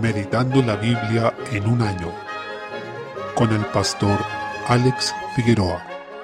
Meditando la Biblia en un año, con el pastor Alex Figueroa.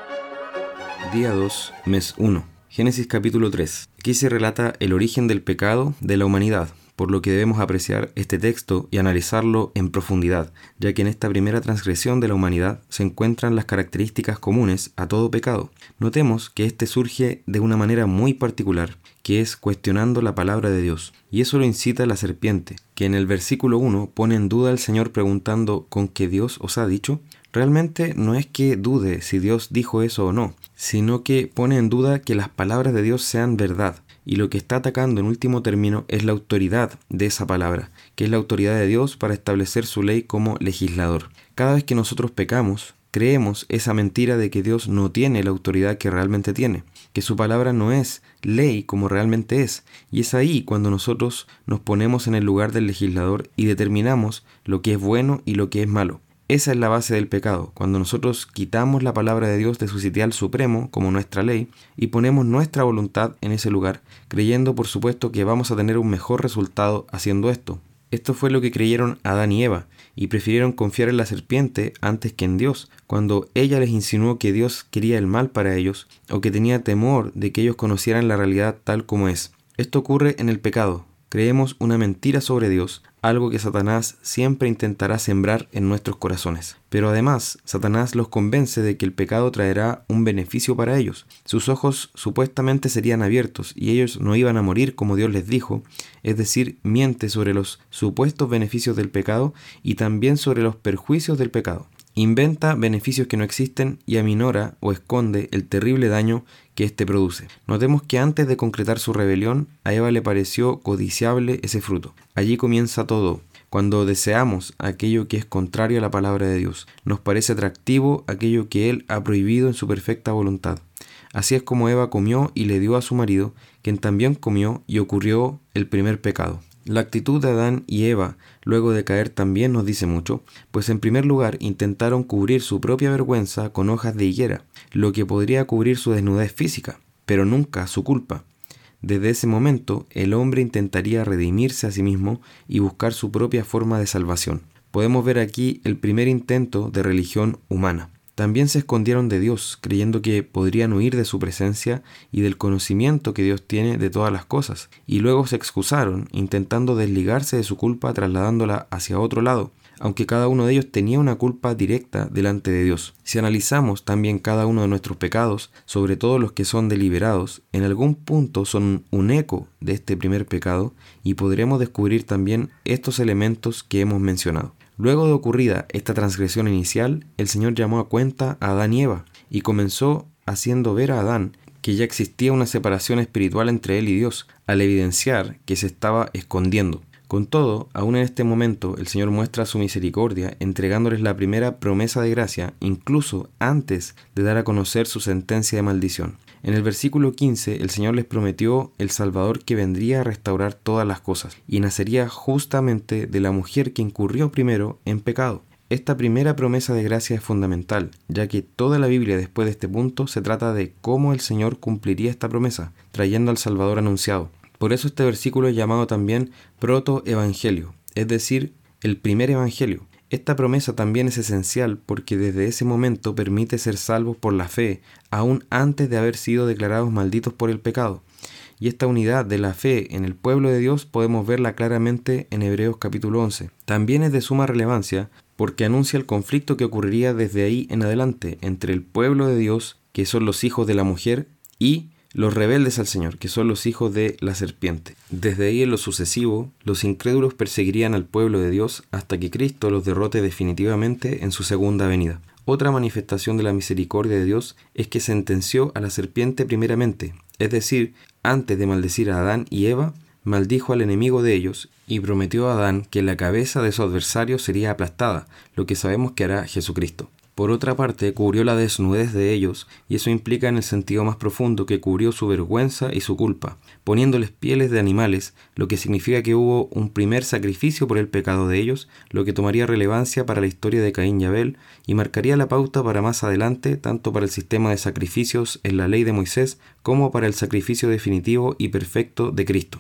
Día 2, mes 1. Génesis capítulo 3. Aquí se relata el origen del pecado de la humanidad, por lo que debemos apreciar este texto y analizarlo en profundidad, ya que en esta primera transgresión de la humanidad se encuentran las características comunes a todo pecado. Notemos que este surge de una manera muy particular, que es cuestionando la palabra de Dios, y eso lo incita la serpiente, que en el versículo 1 pone en duda al Señor preguntando ¿con qué Dios os ha dicho? Realmente no es que dude si Dios dijo eso o no, sino que pone en duda que las palabras de Dios sean verdad, y lo que está atacando en último término es la autoridad de esa palabra, que es la autoridad de Dios para establecer su ley como legislador. Cada vez que nosotros pecamos, creemos esa mentira de que Dios no tiene la autoridad que realmente tiene, que su palabra no es ley como realmente es, y es ahí cuando nosotros nos ponemos en el lugar del legislador y determinamos lo que es bueno y lo que es malo. Esa es la base del pecado, cuando nosotros quitamos la palabra de Dios de su sitial supremo como nuestra ley y ponemos nuestra voluntad en ese lugar, creyendo por supuesto que vamos a tener un mejor resultado haciendo esto. Esto fue lo que creyeron Adán y Eva, y prefirieron confiar en la serpiente antes que en Dios, cuando ella les insinuó que Dios quería el mal para ellos, o que tenía temor de que ellos conocieran la realidad tal como es. Esto ocurre en el pecado. Creemos una mentira sobre Dios, algo que Satanás siempre intentará sembrar en nuestros corazones. Pero además, Satanás los convence de que el pecado traerá un beneficio para ellos. Sus ojos supuestamente serían abiertos y ellos no iban a morir como Dios les dijo, es decir, miente sobre los supuestos beneficios del pecado y también sobre los perjuicios del pecado. Inventa beneficios que no existen y aminora o esconde el terrible daño que éste produce. Notemos que antes de concretar su rebelión, a Eva le pareció codiciable ese fruto. Allí comienza todo. Cuando deseamos aquello que es contrario a la palabra de Dios, nos parece atractivo aquello que Él ha prohibido en su perfecta voluntad. Así es como Eva comió y le dio a su marido, quien también comió, y ocurrió el primer pecado. La actitud de Adán y Eva luego de caer también nos dice mucho, pues en primer lugar intentaron cubrir su propia vergüenza con hojas de higuera, lo que podría cubrir su desnudez física, pero nunca su culpa. Desde ese momento, el hombre intentaría redimirse a sí mismo y buscar su propia forma de salvación. Podemos ver aquí el primer intento de religión humana. También se escondieron de Dios, creyendo que podrían huir de su presencia y del conocimiento que Dios tiene de todas las cosas, y luego se excusaron, intentando desligarse de su culpa trasladándola hacia otro lado, aunque cada uno de ellos tenía una culpa directa delante de Dios. Si analizamos también cada uno de nuestros pecados, sobre todo los que son deliberados, en algún punto son un eco de este primer pecado, y podremos descubrir también estos elementos que hemos mencionado. Luego de ocurrida esta transgresión inicial, el Señor llamó a cuenta a Adán y Eva, y comenzó haciendo ver a Adán que ya existía una separación espiritual entre él y Dios, al evidenciar que se estaba escondiendo. Con todo, aún en este momento, el Señor muestra su misericordia, entregándoles la primera promesa de gracia, incluso antes de dar a conocer su sentencia de maldición. En el versículo 15, el Señor les prometió el Salvador que vendría a restaurar todas las cosas, y nacería justamente de la mujer que incurrió primero en pecado. Esta primera promesa de gracia es fundamental, ya que toda la Biblia después de este punto se trata de cómo el Señor cumpliría esta promesa, trayendo al Salvador anunciado. Por eso este versículo es llamado también protoevangelio, es decir, el primer evangelio. Esta promesa también es esencial porque desde ese momento permite ser salvos por la fe, aún antes de haber sido declarados malditos por el pecado. Y esta unidad de la fe en el pueblo de Dios podemos verla claramente en Hebreos capítulo 11. También es de suma relevancia porque anuncia el conflicto que ocurriría desde ahí en adelante entre el pueblo de Dios, que son los hijos de la mujer, y los rebeldes al Señor, que son los hijos de la serpiente. Desde ahí en lo sucesivo, los incrédulos perseguirían al pueblo de Dios hasta que Cristo los derrote definitivamente en su segunda venida. Otra manifestación de la misericordia de Dios es que sentenció a la serpiente primeramente, es decir, antes de maldecir a Adán y Eva, maldijo al enemigo de ellos y prometió a Adán que la cabeza de su adversario sería aplastada, lo que sabemos que hará Jesucristo. Por otra parte, cubrió la desnudez de ellos, y eso implica en el sentido más profundo que cubrió su vergüenza y su culpa, poniéndoles pieles de animales, lo que significa que hubo un primer sacrificio por el pecado de ellos, lo que tomaría relevancia para la historia de Caín y Abel, y marcaría la pauta para más adelante, tanto para el sistema de sacrificios en la ley de Moisés, como para el sacrificio definitivo y perfecto de Cristo.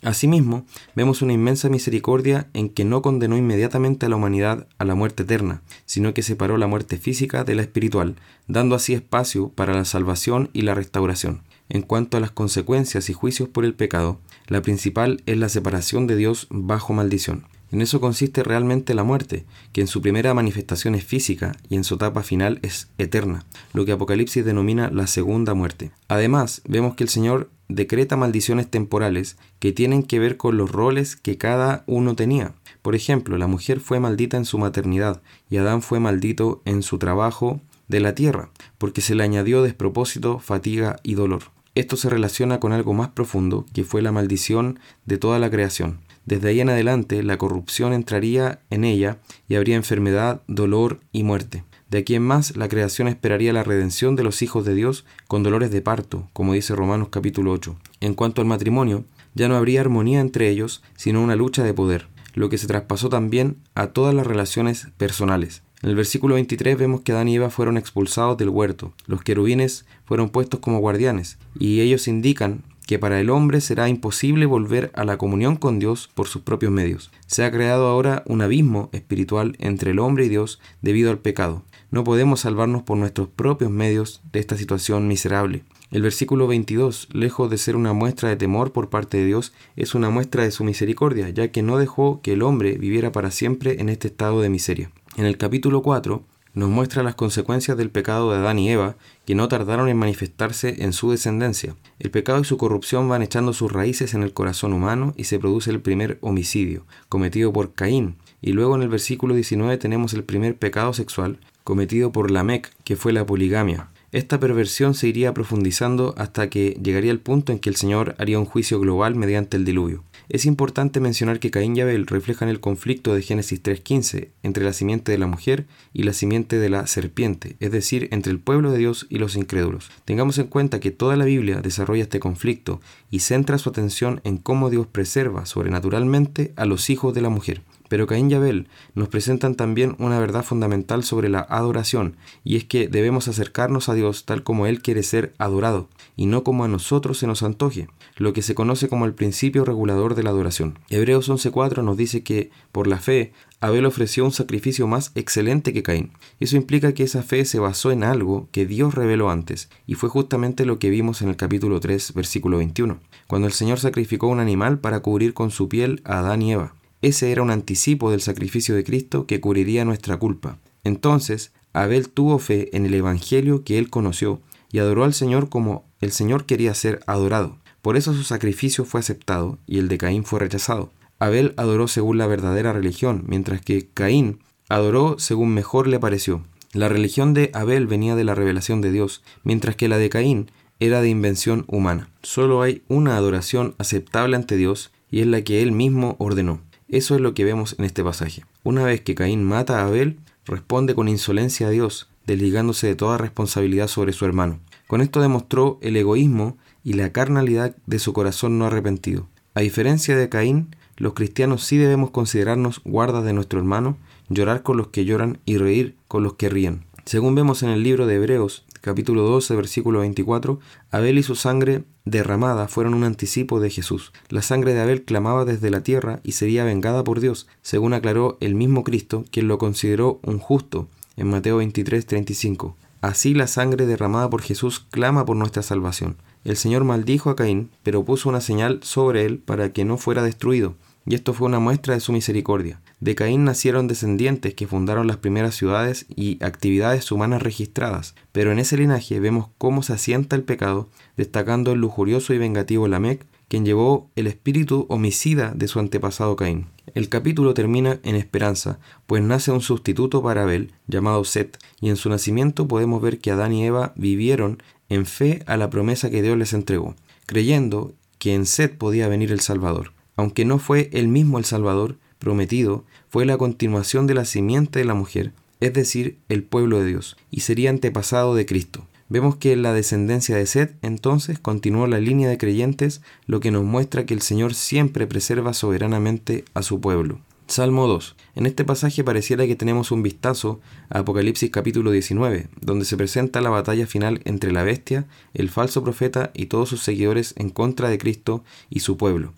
Asimismo, vemos una inmensa misericordia en que no condenó inmediatamente a la humanidad a la muerte eterna, sino que separó la muerte física de la espiritual, dando así espacio para la salvación y la restauración. En cuanto a las consecuencias y juicios por el pecado, la principal es la separación de Dios bajo maldición. En eso consiste realmente la muerte, que en su primera manifestación es física y en su etapa final es eterna, lo que Apocalipsis denomina la segunda muerte. Además, vemos que el Señor decreta maldiciones temporales que tienen que ver con los roles que cada uno tenía. Por ejemplo, la mujer fue maldita en su maternidad y Adán fue maldito en su trabajo de la tierra, porque se le añadió despropósito, fatiga y dolor. Esto se relaciona con algo más profundo, que fue la maldición de toda la creación. Desde ahí en adelante, la corrupción entraría en ella y habría enfermedad, dolor y muerte. De aquí en más, la creación esperaría la redención de los hijos de Dios con dolores de parto, como dice Romanos capítulo 8. En cuanto al matrimonio, ya no habría armonía entre ellos, sino una lucha de poder, lo que se traspasó también a todas las relaciones personales. En el versículo 23 vemos que Adán y Eva fueron expulsados del huerto. Los querubines fueron puestos como guardianes, y ellos indican que para el hombre será imposible volver a la comunión con Dios por sus propios medios. Se ha creado ahora un abismo espiritual entre el hombre y Dios debido al pecado. No podemos salvarnos por nuestros propios medios de esta situación miserable. El versículo 22, lejos de ser una muestra de temor por parte de Dios, es una muestra de su misericordia, ya que no dejó que el hombre viviera para siempre en este estado de miseria. En el capítulo 4 nos muestra las consecuencias del pecado de Adán y Eva, que no tardaron en manifestarse en su descendencia. El pecado y su corrupción van echando sus raíces en el corazón humano y se produce el primer homicidio, cometido por Caín. Y luego en el versículo 19 tenemos el primer pecado sexual, cometido por Lamec, que fue la poligamia. Esta perversión se iría profundizando hasta que llegaría el punto en que el Señor haría un juicio global mediante el diluvio. Es importante mencionar que Caín y Abel reflejan el conflicto de Génesis 3:15 entre la simiente de la mujer y la simiente de la serpiente, es decir, entre el pueblo de Dios y los incrédulos. Tengamos en cuenta que toda la Biblia desarrolla este conflicto y centra su atención en cómo Dios preserva sobrenaturalmente a los hijos de la mujer. Pero Caín y Abel nos presentan también una verdad fundamental sobre la adoración, y es que debemos acercarnos a Dios tal como Él quiere ser adorado, y no como a nosotros se nos antoje, lo que se conoce como el principio regulador de la adoración. Hebreos 11:4 nos dice que, por la fe, Abel ofreció un sacrificio más excelente que Caín. Eso implica que esa fe se basó en algo que Dios reveló antes, y fue justamente lo que vimos en el capítulo 3, versículo 21, cuando el Señor sacrificó un animal para cubrir con su piel a Adán y Eva. Ese era un anticipo del sacrificio de Cristo que cubriría nuestra culpa. Entonces, Abel tuvo fe en el Evangelio que él conoció y adoró al Señor como el Señor quería ser adorado. Por eso su sacrificio fue aceptado y el de Caín fue rechazado. Abel adoró según la verdadera religión, mientras que Caín adoró según mejor le pareció. La religión de Abel venía de la revelación de Dios, mientras que la de Caín era de invención humana. Solo hay una adoración aceptable ante Dios y es la que él mismo ordenó. Eso es lo que vemos en este pasaje. Una vez que Caín mata a Abel, responde con insolencia a Dios, desligándose de toda responsabilidad sobre su hermano. Con esto demostró el egoísmo y la carnalidad de su corazón no arrepentido. A diferencia de Caín, los cristianos sí debemos considerarnos guardas de nuestro hermano, llorar con los que lloran y reír con los que ríen. Según vemos en el libro de Hebreos, capítulo 12, versículo 24, Abel y su sangre derramada fueron un anticipo de Jesús. La sangre de Abel clamaba desde la tierra y sería vengada por Dios, según aclaró el mismo Cristo, quien lo consideró un justo, en Mateo 23, 35. Así la sangre derramada por Jesús clama por nuestra salvación. El Señor maldijo a Caín, pero puso una señal sobre él para que no fuera destruido. Y esto fue una muestra de su misericordia. De Caín nacieron descendientes que fundaron las primeras ciudades y actividades humanas registradas, pero en ese linaje vemos cómo se asienta el pecado, destacando el lujurioso y vengativo Lamec, quien llevó el espíritu homicida de su antepasado Caín. El capítulo termina en esperanza, pues nace un sustituto para Abel, llamado Set, y en su nacimiento podemos ver que Adán y Eva vivieron en fe a la promesa que Dios les entregó, creyendo que en Set podía venir el Salvador. Aunque no fue él mismo el Salvador prometido, fue la continuación de la simiente de la mujer, es decir, el pueblo de Dios, y sería antepasado de Cristo. Vemos que en la descendencia de Set, entonces, continuó la línea de creyentes, lo que nos muestra que el Señor siempre preserva soberanamente a su pueblo. Salmo 2. En este pasaje pareciera que tenemos un vistazo a Apocalipsis capítulo 19, donde se presenta la batalla final entre la bestia, el falso profeta y todos sus seguidores en contra de Cristo y su pueblo.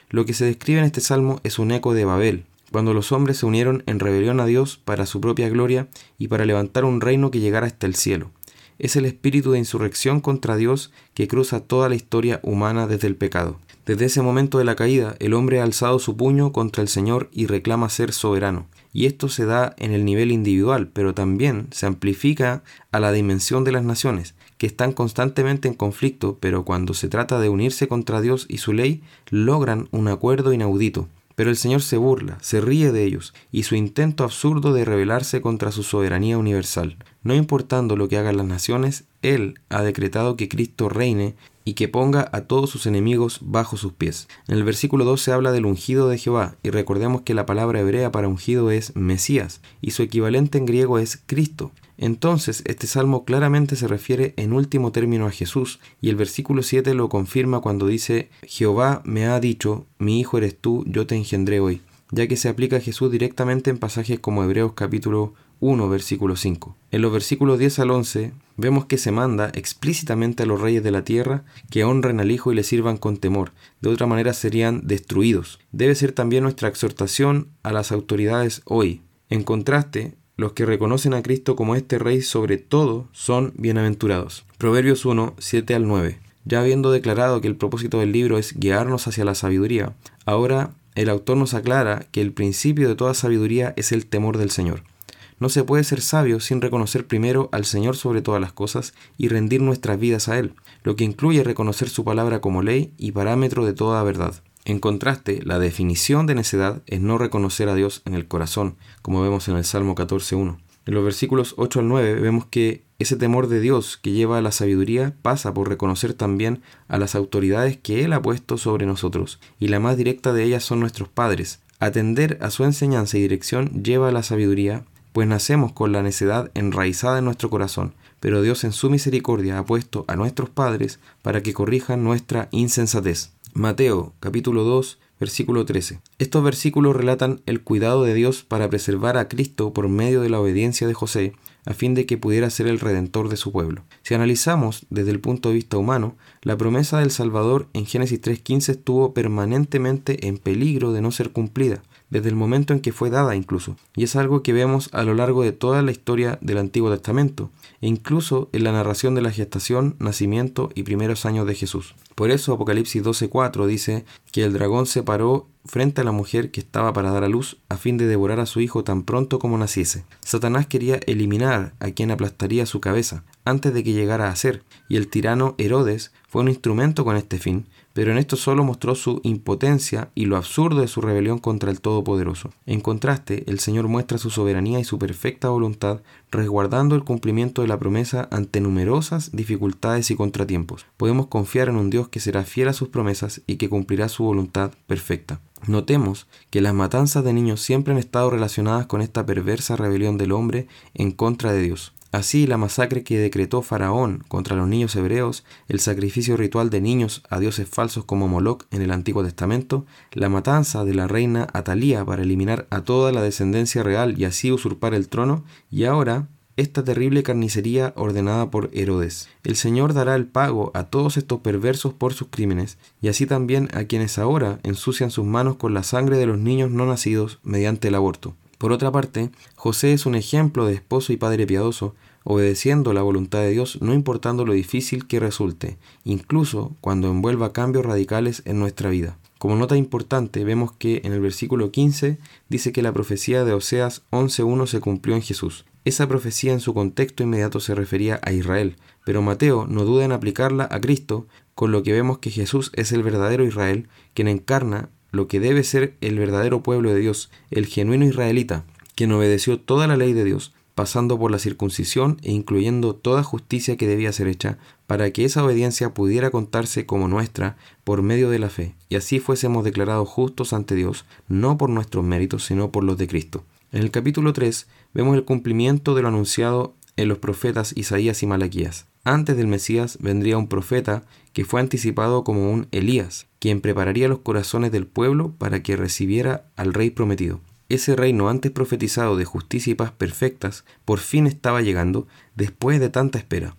Lo que se describe en este salmo es un eco de Babel, cuando los hombres se unieron en rebelión a Dios para su propia gloria y para levantar un reino que llegara hasta el cielo. Es el espíritu de insurrección contra Dios que cruza toda la historia humana desde el pecado. Desde ese momento de la caída, el hombre ha alzado su puño contra el Señor y reclama ser soberano. Y esto se da en el nivel individual, pero también se amplifica a la dimensión de las naciones, que están constantemente en conflicto, pero cuando se trata de unirse contra Dios y su ley, logran un acuerdo inaudito. Pero el Señor se burla, se ríe de ellos, y su intento absurdo de rebelarse contra su soberanía universal. No importando lo que hagan las naciones, Él ha decretado que Cristo reine y que ponga a todos sus enemigos bajo sus pies. En el versículo 2 se habla del ungido de Jehová, y recordemos que la palabra hebrea para ungido es Mesías, y su equivalente en griego es Cristo. Entonces, este salmo claramente se refiere en último término a Jesús, y el versículo 7 lo confirma cuando dice: Jehová me ha dicho, mi hijo eres tú, yo te engendré hoy, ya que se aplica a Jesús directamente en pasajes como Hebreos capítulo 1, versículo 5. En los versículos 10 al 11 vemos que se manda explícitamente a los reyes de la tierra que honren al Hijo y le sirvan con temor, de otra manera serían destruidos. Debe ser también nuestra exhortación a las autoridades hoy. En contraste, los que reconocen a Cristo como este Rey sobre todo son bienaventurados. Proverbios 1, 7 al 9. Ya habiendo declarado que el propósito del libro es guiarnos hacia la sabiduría, ahora el autor nos aclara que el principio de toda sabiduría es el temor del Señor. No se puede ser sabio sin reconocer primero al Señor sobre todas las cosas y rendir nuestras vidas a Él, lo que incluye reconocer su palabra como ley y parámetro de toda verdad. En contraste, la definición de necedad es no reconocer a Dios en el corazón, como vemos en el Salmo 14.1. En los versículos 8 al 9 vemos que ese temor de Dios que lleva a la sabiduría pasa por reconocer también a las autoridades que Él ha puesto sobre nosotros, y la más directa de ellas son nuestros padres. Atender a su enseñanza y dirección lleva a la sabiduría, pues nacemos con la necedad enraizada en nuestro corazón, pero Dios en su misericordia ha puesto a nuestros padres para que corrijan nuestra insensatez. Mateo, capítulo 2, versículo 13. Estos versículos relatan el cuidado de Dios para preservar a Cristo por medio de la obediencia de José, a fin de que pudiera ser el redentor de su pueblo. Si analizamos desde el punto de vista humano, la promesa del Salvador en Génesis 3.15 estuvo permanentemente en peligro de no ser cumplida, desde el momento en que fue dada incluso, y es algo que vemos a lo largo de toda la historia del Antiguo Testamento, e incluso en la narración de la gestación, nacimiento y primeros años de Jesús. Por eso Apocalipsis 12.4 dice que el dragón se paró frente a la mujer que estaba para dar a luz a fin de devorar a su hijo tan pronto como naciese. Satanás quería eliminar a quien aplastaría su cabeza antes de que llegara a ser, y el tirano Herodes fue un instrumento con este fin, pero en esto solo mostró su impotencia y lo absurdo de su rebelión contra el Todopoderoso. En contraste, el Señor muestra su soberanía y su perfecta voluntad, resguardando el cumplimiento de la promesa ante numerosas dificultades y contratiempos. Podemos confiar en un Dios que será fiel a sus promesas y que cumplirá su voluntad perfecta. Notemos que las matanzas de niños siempre han estado relacionadas con esta perversa rebelión del hombre en contra de Dios. Así, la masacre que decretó Faraón contra los niños hebreos, el sacrificio ritual de niños a dioses falsos como Moloc en el Antiguo Testamento, la matanza de la reina Atalía para eliminar a toda la descendencia real y así usurpar el trono, y ahora esta terrible carnicería ordenada por Herodes. El Señor dará el pago a todos estos perversos por sus crímenes, y así también a quienes ahora ensucian sus manos con la sangre de los niños no nacidos mediante el aborto. Por otra parte, José es un ejemplo de esposo y padre piadoso, obedeciendo la voluntad de Dios no importando lo difícil que resulte, incluso cuando envuelva cambios radicales en nuestra vida. Como nota importante, vemos que en el versículo 15 dice que la profecía de Oseas 11.1 se cumplió en Jesús. Esa profecía en su contexto inmediato se refería a Israel, pero Mateo no duda en aplicarla a Cristo, con lo que vemos que Jesús es el verdadero Israel, quien encarna lo que debe ser el verdadero pueblo de Dios, el genuino israelita, quien obedeció toda la ley de Dios, pasando por la circuncisión e incluyendo toda justicia que debía ser hecha, para que esa obediencia pudiera contarse como nuestra por medio de la fe, y así fuésemos declarados justos ante Dios, no por nuestros méritos, sino por los de Cristo. En el capítulo 3 vemos el cumplimiento de lo anunciado en los profetas Isaías y Malaquías. Antes del Mesías vendría un profeta que fue anticipado como un Elías, quien prepararía los corazones del pueblo para que recibiera al rey prometido. Ese reino antes profetizado de justicia y paz perfectas por fin estaba llegando después de tanta espera.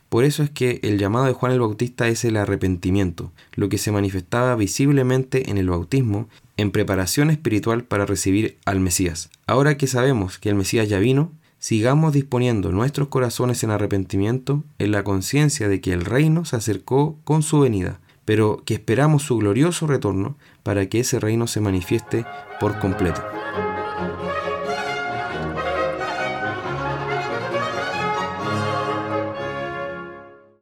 Por eso es que el llamado de Juan el Bautista es el arrepentimiento, lo que se manifestaba visiblemente en el bautismo, en preparación espiritual para recibir al Mesías. Ahora que sabemos que el Mesías ya vino, sigamos disponiendo nuestros corazones en arrepentimiento, en la conciencia de que el reino se acercó con su venida, pero que esperamos su glorioso retorno para que ese reino se manifieste por completo.